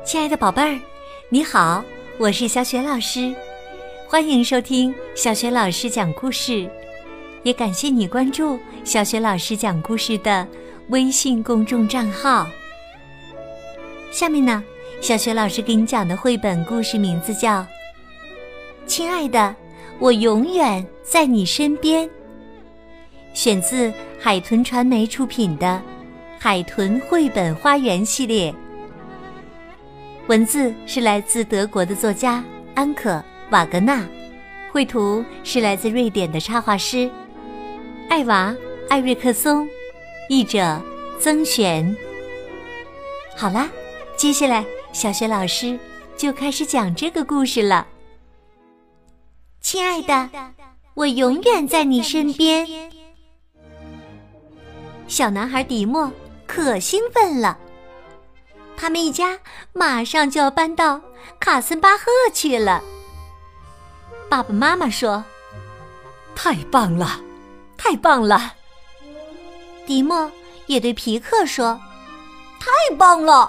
亲爱的宝贝儿，你好，我是小雪老师，欢迎收听小雪老师讲故事，也感谢你关注小雪老师讲故事的微信公众账号。下面呢，小雪老师给你讲的绘本故事名字叫《亲爱的，我永远在你身边》，选自海豚传媒出品的海豚绘本花园系列，文字是来自德国的作家安可·瓦格纳，绘图是来自瑞典的插画师艾娃·艾瑞克松，译者曾璇。好啦，接下来小雪老师就开始讲这个故事了。亲爱的，我永远在你身边。小男孩迪莫可兴奋了，他们一家马上就要搬到卡森巴赫去了。爸爸妈妈说：“ 太棒了，太棒了！” 迪莫也对皮克说：“ 太棒了！”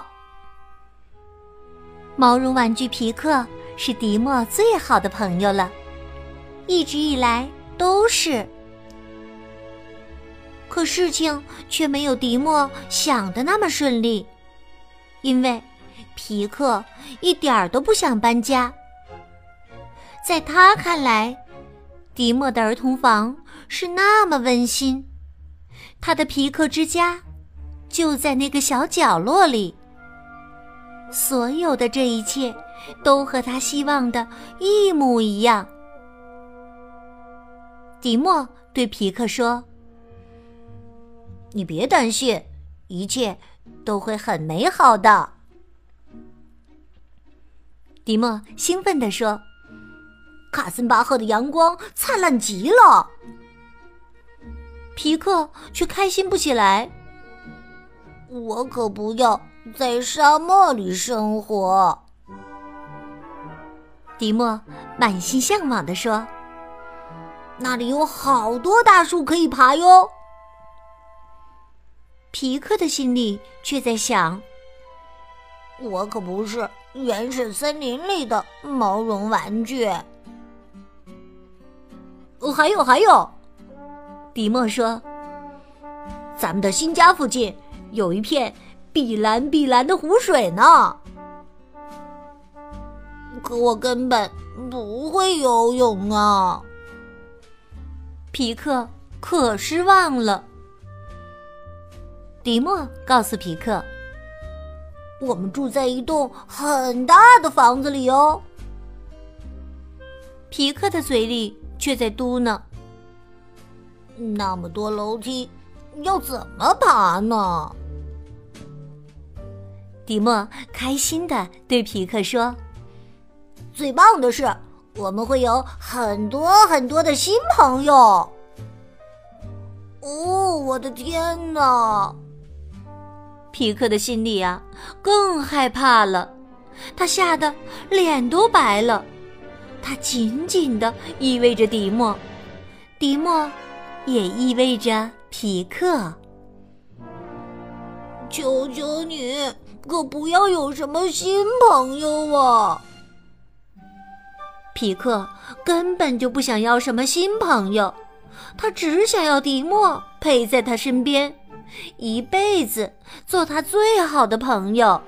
毛绒玩具皮克是迪莫最好的朋友了，一直以来都是。可事情却没有迪莫想的那么顺利，因为皮克一点儿都不想搬家。在他看来，迪莫的儿童房是那么温馨，他的皮克之家就在那个小角落里，所有的这一切都和他希望的一模一样。迪莫对皮克说：“你别担心，一切都会很美好的。”迪莫兴奋地说：“ 卡森巴赫的阳光灿烂极了。” 皮克却开心不起来：“ 我可不要在沙漠里生活。” 迪莫满心向往地说：“ 那里有好多大树可以爬哟。” 皮克的心里却在想：“ 我可不是原始森林里的毛绒玩具。” 还有， 迪莫说：“ 咱们的新家附近有一片碧蓝碧蓝的湖水呢。”可我根本不会游泳啊！ 皮克可失望了。迪莫告诉皮克：“ 我们住在一栋很大的房子里哦。” 皮克的嘴里却在嘟囔：“ 那么多楼梯，要怎么爬呢？” 迪莫开心地对皮克说：“ 最棒的是，我们会有很多很多的新朋友。”哦，我的天哪！ 皮克的心里啊，更害怕了，他吓得脸都白了。他紧紧地依偎着迪莫，迪莫也依偎着皮克。 求求你，可不要有什么新朋友啊！ 皮克根本就不想要什么新朋友，他只想要迪莫陪在他身边，一辈子做他最好的朋友。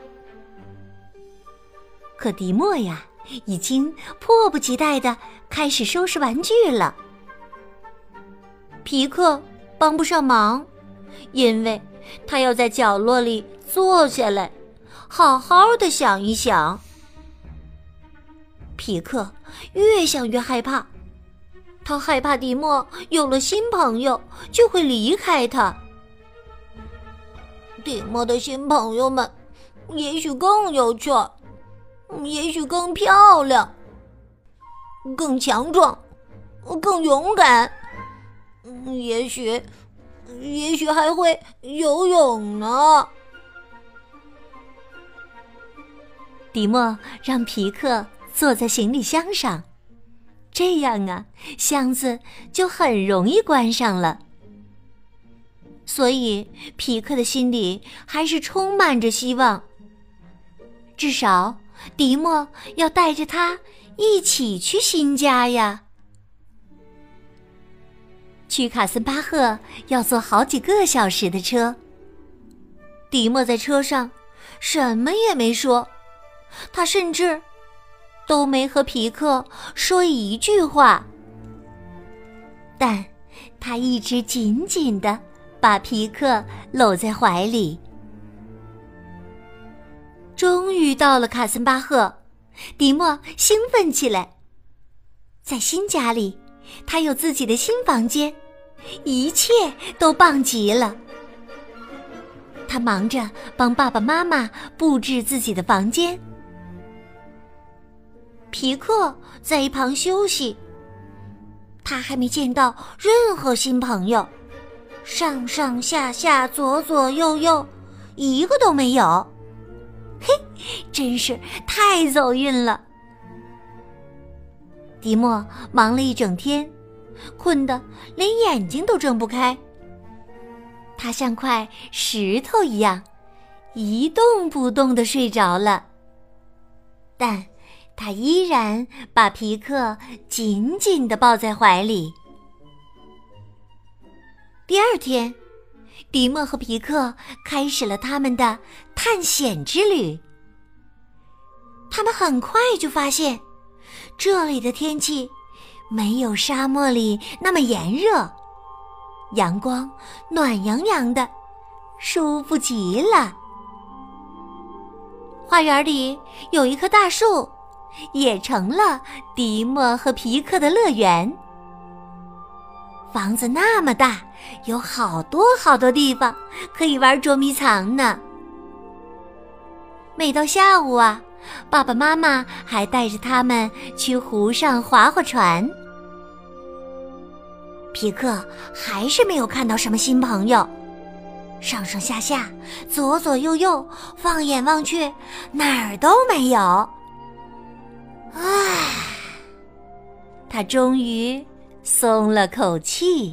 可迪莫呀，已经迫不及待地开始收拾玩具了。皮克帮不上忙，因为他要在角落里坐下来，好好的想一想。皮克越想越害怕，他害怕迪莫有了新朋友就会离开他。 迪莫的新朋友们也许更有趣，也许更漂亮，更强壮，更勇敢，也许还会游泳呢。 迪莫让皮克坐在行李箱上，这样啊，箱子就很容易关上了。所以皮克的心里还是充满着希望。 至少迪莫要带着他一起去新家呀。去卡森巴赫要坐好几个小时的车。迪莫在车上什么也没说，他甚至都没和皮克说一句话，但他一直紧紧地把皮克搂在怀里。终于到了卡森巴赫，迪莫兴奋起来。在新家里，他有自己的新房间，一切都棒极了。他忙着帮爸爸妈妈布置自己的房间。皮克在一旁休息，他还没见到任何新朋友，上上下下左左右右一个都没有。嘿，真是太走运了。迪莫忙了一整天，困得连眼睛都睁不开。他像块石头一样，一动不动地睡着了。但他依然把皮克紧紧地抱在怀里。第二天，迪莫和皮克开始了他们的探险之旅。他们很快就发现，这里的天气没有沙漠里那么炎热，阳光暖洋洋的，舒服极了。花园里有一棵大树，也成了迪莫和皮克的乐园。房子那么大，有好多好多地方可以玩捉迷藏呢。每到下午啊，爸爸妈妈还带着他们去湖上划划船。皮克还是没有看到什么新朋友，上上下下，左左右右，放眼望去，哪儿都没有。唉，他终于松了口气。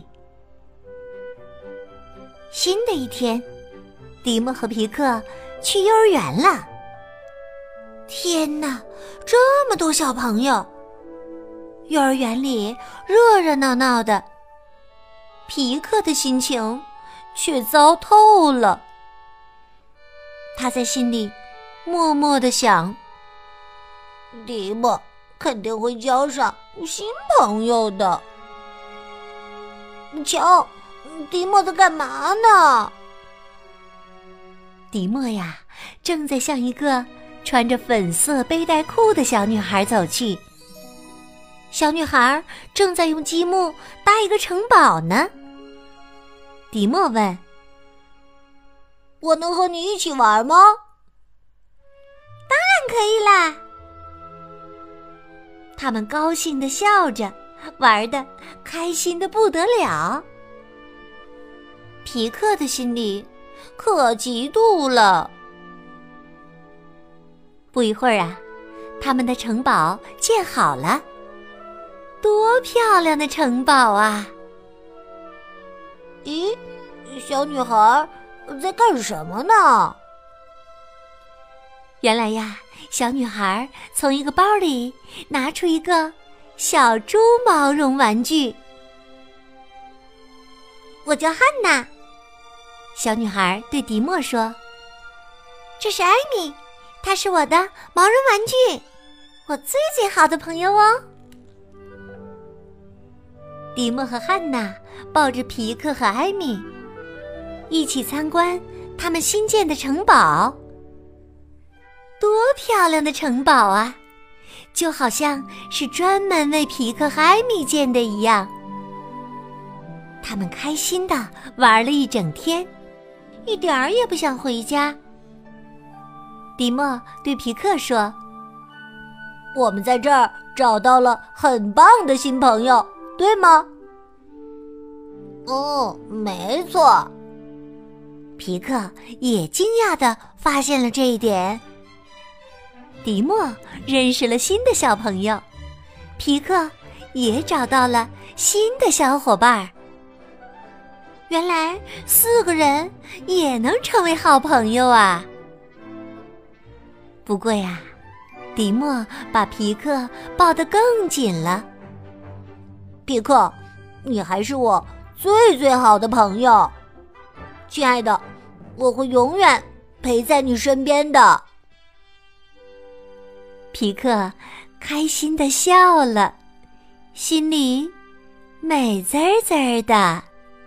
新的一天，迪莫和皮克去幼儿园了。天哪，这么多小朋友！幼儿园里热热闹闹的，皮克的心情却糟透了。他在心里默默地想， 迪莫肯定会交上新朋友的。瞧，迪莫在干嘛呢？ 迪莫呀，正在向一个穿着粉色背带裤的小女孩走去。小女孩正在用积木搭一个城堡呢。迪莫问：“ 我能和你一起玩吗？”“ 当然可以啦！”他们高兴地笑着，玩得开心得不得了。皮克的心里可嫉妒了。不一会儿啊，他们的城堡建好了。多漂亮的城堡啊！ 咦，小女孩在干什么呢？ 原来呀，小女孩从一个包里拿出一个小猪毛绒玩具。我叫汉娜，小女孩对迪莫说：“这是艾米，她是我的毛绒玩具，我最最好的朋友哦。”迪莫和汉娜抱着皮克和艾米，一起参观他们新建的城堡。多漂亮的城堡啊！就好像是专门为皮克和艾米建的一样。他们开心地玩了一整天，一点儿也不想回家。迪莫对皮克说：“ 我们在这儿找到了很棒的新朋友，对吗？”“没错。” 皮克也惊讶地发现了这一点。迪莫认识了新的小朋友，皮克也找到了新的小伙伴。原来4个人也能成为好朋友啊！ 不过呀，迪莫把皮克抱得更紧了。 皮克，你还是我最好的朋友，亲爱的，我会永远陪在你身边的。 皮克开心地笑了，心里美滋滋的。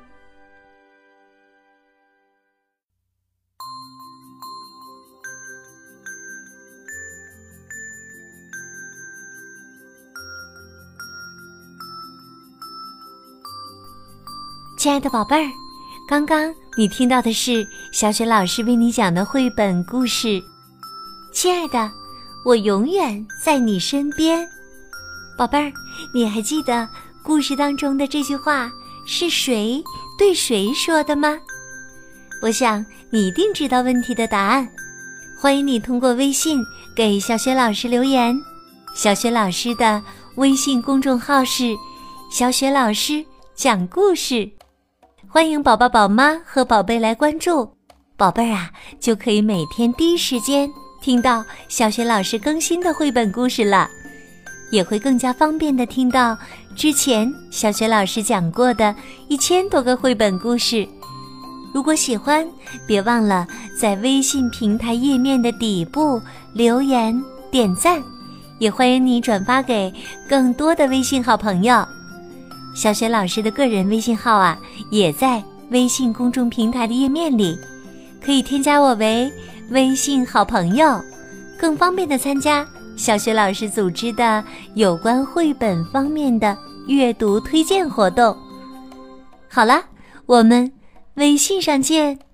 亲爱的宝贝儿，刚刚你听到的是小雪老师为你讲的绘本故事。亲爱的，我永远在你身边。宝贝儿，你还记得故事当中的这句话是谁对谁说的吗？我想你一定知道问题的答案。欢迎你通过微信给小雪老师留言。小雪老师的微信公众号是小雪老师讲故事，欢迎宝宝宝妈和宝贝来关注。宝贝儿啊，就可以每天第一时间听到小雪老师更新的绘本故事了，也会更加方便地听到之前小雪老师讲过的1000多个绘本故事。如果喜欢，别忘了在微信平台页面的底部留言点赞，也欢迎你转发给更多的微信好朋友。小雪老师的个人微信号啊，也在微信公众平台的页面里，可以添加我为微信好朋友，更方便地参加小雪老师组织的有关绘本方面的阅读推荐活动。好了，我们微信上见。